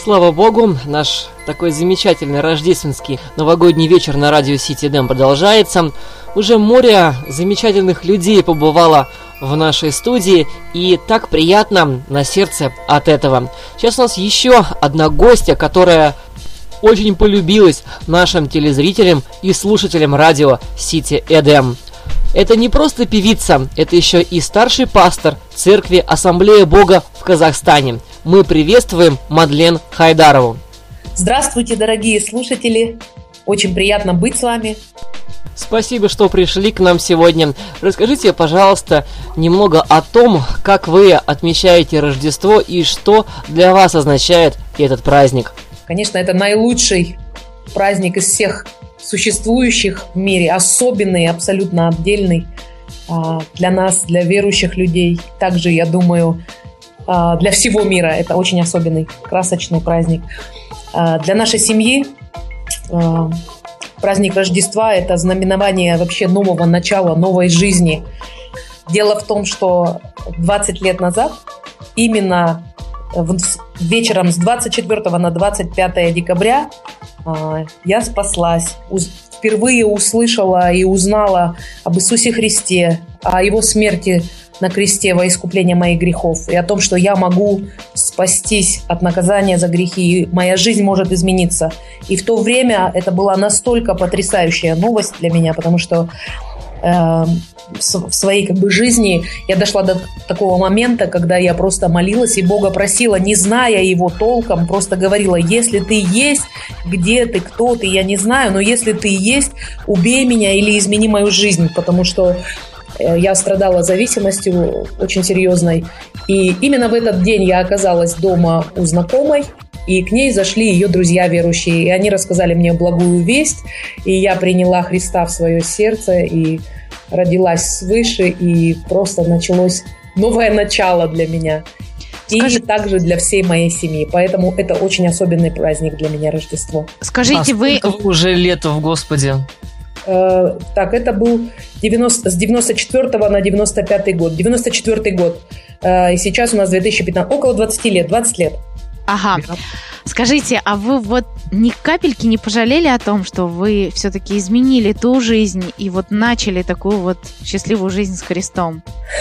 Слава Богу, наш такой замечательный рождественский новогодний вечер на радио City FM продолжается. Уже море замечательных людей побывало в нашей студии, и так приятно на сердце от этого. Сейчас у нас еще одна гостья, которая очень полюбилась нашим телезрителям и слушателям радио City FM. Это не просто певица, это еще и старший пастор Церкви Ассамблея Бога в Казахстане. Мы приветствуем Мадлен Хайдарову. Здравствуйте, дорогие слушатели. Очень приятно быть с вами. Спасибо, что пришли к нам сегодня. Расскажите, пожалуйста, немного о том, как вы отмечаете Рождество и что для вас означает этот праздник. Конечно, это наилучший праздник из всех существующих в мире, особенный, абсолютно отдельный для нас, для верующих людей. Также, я думаю, для всего мира это очень особенный, красочный праздник. Для нашей семьи праздник Рождества – это знаменование вообще нового начала, новой жизни. Дело в том, что 20 лет назад, именно вечером с 24 на 25 декабря, я спаслась, впервые услышала и узнала об Иисусе Христе, о Его смерти на кресте во искупление моих грехов, и о том, что я могу спастись от наказания за грехи, и моя жизнь может измениться. И в то время это была настолько потрясающая новость для меня, потому что в своей жизни я дошла до такого момента, когда я просто молилась и Бога просила, не зная Его толком, просто говорила: если Ты есть, где Ты, кто Ты, я не знаю, но если Ты есть, убей меня или измени мою жизнь, потому что я страдала зависимостью очень серьезной. И именно в этот день я оказалась дома у знакомой, и к ней зашли ее друзья верующие. И они рассказали мне благую весть, и я приняла Христа в свое сердце, и родилась свыше, и просто началось новое начало для меня. И также для всей моей семьи. Поэтому это очень особенный праздник для меня, Рождество. Скажите, вы уже лет в Господе? Так, это был с 94 на 95 год. 94 год. И сейчас у нас 2015. Около 20 лет. 20 лет. Ага. Скажите, а вы вот ни капельки не пожалели о том, что вы все-таки изменили ту жизнь и вот начали такую вот счастливую жизнь с Христом?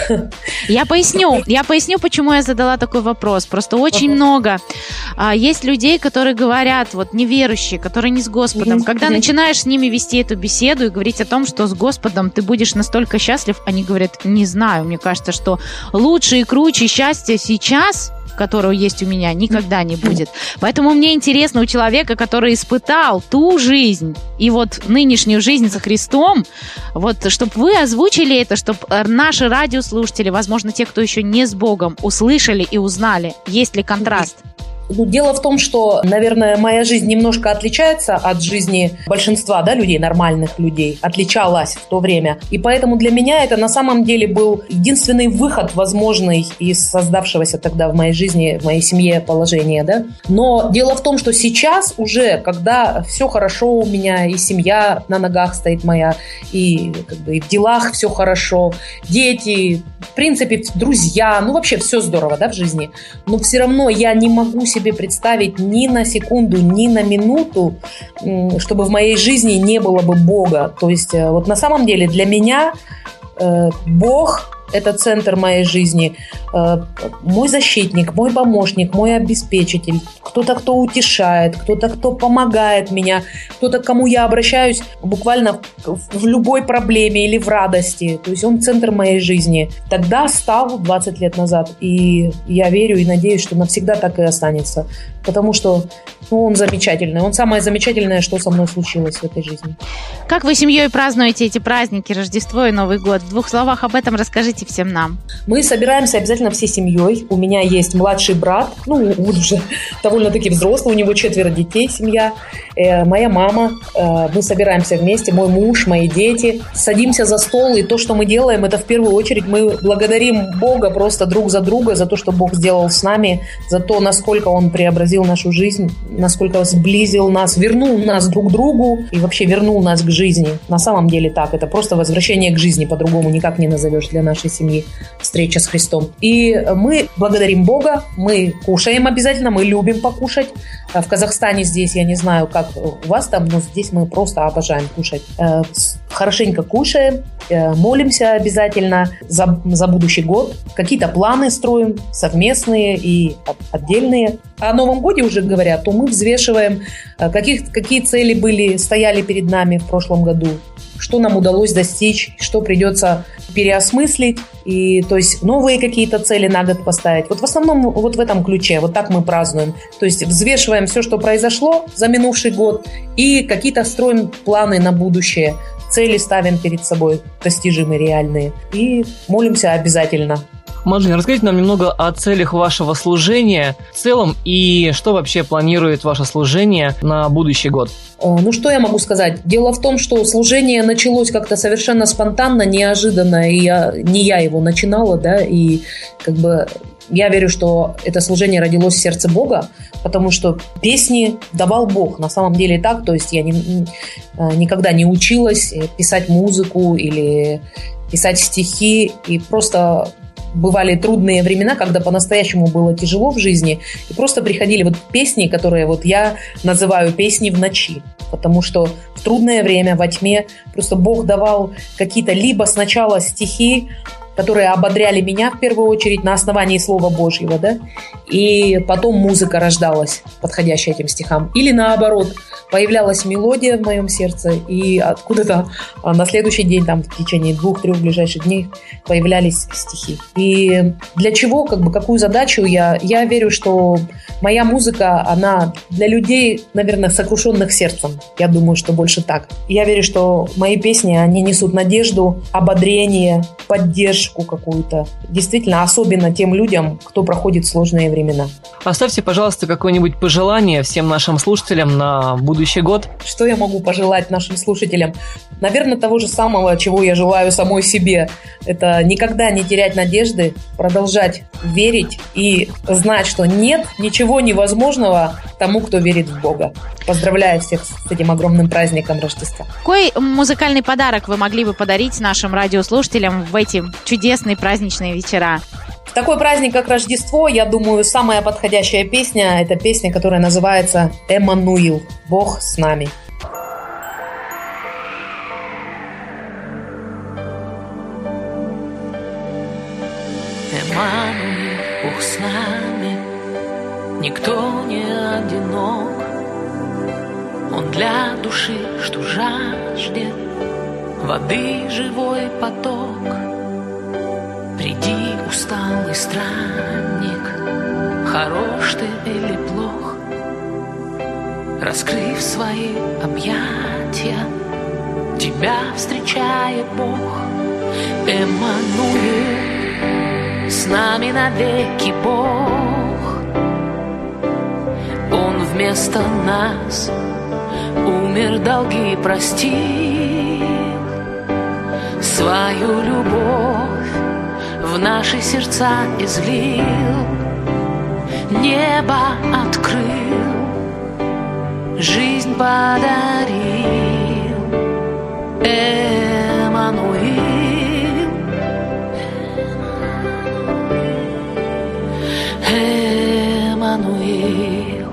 Я поясню, почему я задала такой вопрос. Просто очень много есть людей, которые говорят, вот неверующие, которые не с Господом. Когда начинаешь с ними вести эту беседу и говорить о том, что с Господом ты будешь настолько счастлив, они говорят: не знаю, мне кажется, что лучше и круче счастья сейчас, которого есть у меня, никогда не будет. Поэтому мне интересно у человека, который испытал ту жизнь и вот нынешнюю жизнь со Христом, вот, чтобы вы озвучили это, чтобы наши радиослушатели, возможно, те, кто еще не с Богом, услышали и узнали, есть ли контраст. Дело в том, что, наверное, моя жизнь немножко отличается от жизни большинства, людей, нормальных людей, отличалась в то время. И поэтому для меня это на самом деле был единственный выход возможный из создавшегося тогда в моей жизни, в моей семье положения. Но дело в том, что сейчас уже, когда все хорошо у меня, и семья на ногах стоит моя, и в делах все хорошо, дети, в принципе, друзья, вообще все здорово, в жизни. Но все равно я не могу себе представить ни на секунду, ни на минуту, чтобы в моей жизни не было бы Бога. То есть вот на самом деле для меня Бог – это центр моей жизни, мой защитник, мой помощник, мой обеспечитель, кто-то, кто утешает, кто-то, кто помогает меня, кто-то, к кому я обращаюсь буквально в любой проблеме или в радости. То есть он центр моей жизни. Тогда стал 20 лет назад, и я верю и надеюсь, что навсегда так и останется, потому что он замечательный, он самое замечательное, что со мной случилось в этой жизни. Как вы семьей празднуете эти праздники, Рождество и Новый год? В 2 словах об этом расскажите всем нам. Мы собираемся обязательно всей семьей. У меня есть младший брат, уже довольно-таки взрослый, у него 4 детей, семья. Моя мама, мы собираемся вместе, мой муж, мои дети. Садимся за стол, и то, что мы делаем, это в первую очередь мы благодарим Бога просто друг за друга, за то, что Бог сделал с нами, за то, насколько Он преобразил нашу жизнь, насколько сблизил нас, вернул нас друг к другу и вообще вернул нас к жизни. На самом деле так, это просто возвращение к жизни, по-другому никак не назовешь для нашей семьи, встреча с Христом. И И мы благодарим Бога, мы кушаем обязательно, мы любим покушать. В Казахстане здесь, я не знаю, как у вас там, но здесь мы просто обожаем кушать. Хорошенько кушаем, молимся обязательно за будущий год. Какие-то планы строим, совместные и отдельные. О Новом годе уже говоря, то мы взвешиваем, какие цели стояли перед нами в прошлом году, что нам удалось достичь, что придется переосмыслить, и то есть новые какие-то цели на год поставить. Вот в основном вот в этом ключе, вот так мы празднуем. То есть взвешиваем все, что произошло за минувший год, и какие-то строим планы на будущее, цели ставим перед собой, достижимые, реальные, и молимся обязательно. Маджин, расскажите нам немного о целях вашего служения в целом и что вообще планирует ваше служение на будущий год. Ну, что я могу сказать? Дело в том, что служение началось как-то совершенно спонтанно, неожиданно, и не я его начинала, да, и как бы я верю, что это служение родилось в сердце Бога, потому что песни давал Бог. На самом деле так, то есть я никогда не училась писать музыку или писать стихи, и просто бывали трудные времена, когда по-настоящему было тяжело в жизни, и просто приходили вот песни, которые вот я называю песни в ночи, потому что в трудное время, во тьме, просто Бог давал какие-то либо сначала стихи, которые ободряли меня в первую очередь на основании Слова Божьего, да, и потом музыка рождалась, подходящая этим стихам. Или наоборот, появлялась мелодия в моем сердце, и откуда-то на следующий день, там, в течение 2-3 ближайших дней появлялись стихи. И для чего, как бы, какую задачу я верю, что моя музыка, она для людей, наверное, сокрушенных сердцем. Я думаю, что больше так. Я верю, что мои песни, они несут надежду, ободрение, поддержку какую-то. Действительно, особенно тем людям, кто проходит сложные времена. Оставьте, пожалуйста, какое-нибудь пожелание всем нашим слушателям на будущий год. Что я могу пожелать нашим слушателям? Наверное, того же самого, чего я желаю самой себе. Это никогда не терять надежды, продолжать верить и знать, что нет ничего невозможного тому, кто верит в Бога. Поздравляю всех с этим огромным праздником Рождества. Какой музыкальный подарок вы могли бы подарить нашим радиослушателям в эти чудесные праздничные вечера? В такой праздник, как Рождество, я думаю, самая подходящая песня – это песня, которая называется «Эммануил» – «Бог с нами». Эммануил, Бог с нами, никто не одинок. Он для души, что жаждет воды, живой поток. Приди, усталый странник, хорош ты или плох, раскрыв свои объятия, тебя встречает Бог. Эммануил, с нами навеки Бог. Он вместо нас умер, долги простил, свою любовь в наши сердца излил, небо открыл, жизнь подарил. Эммануил, Эммануил.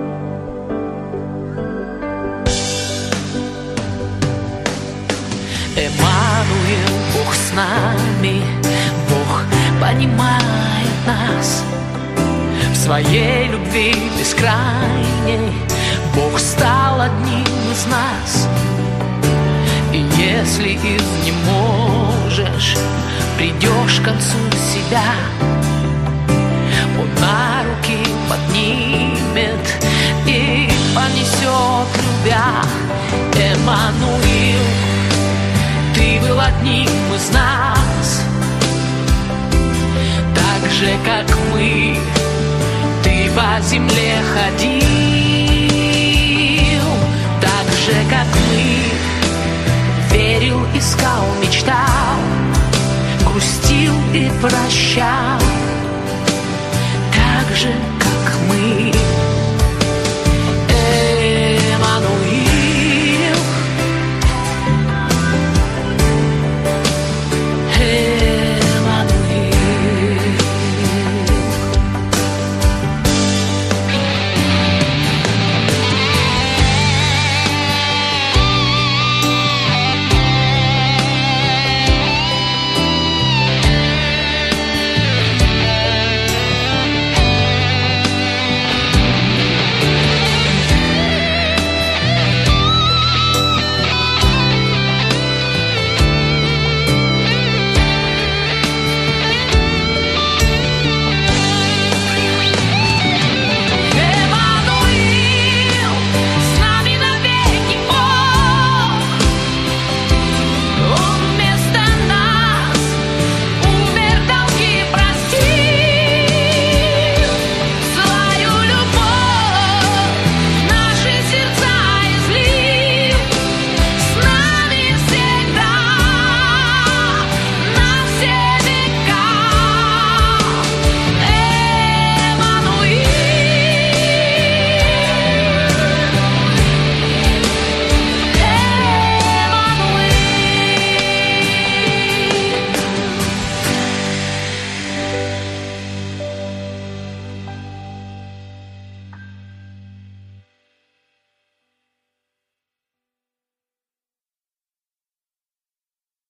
Эммануил, Бог с нами, Бог понимает нас. В своей любви бескрайней Бог стал одним из нас. И если изнеможешь, придешь к концу себя, Он на руки поднимет и понесет, любя. Эммануил, ты был одним из нас, так же, как мы, ты по земле ходил, так же, как мы, верил, искал, мечтал, грустил и прощал.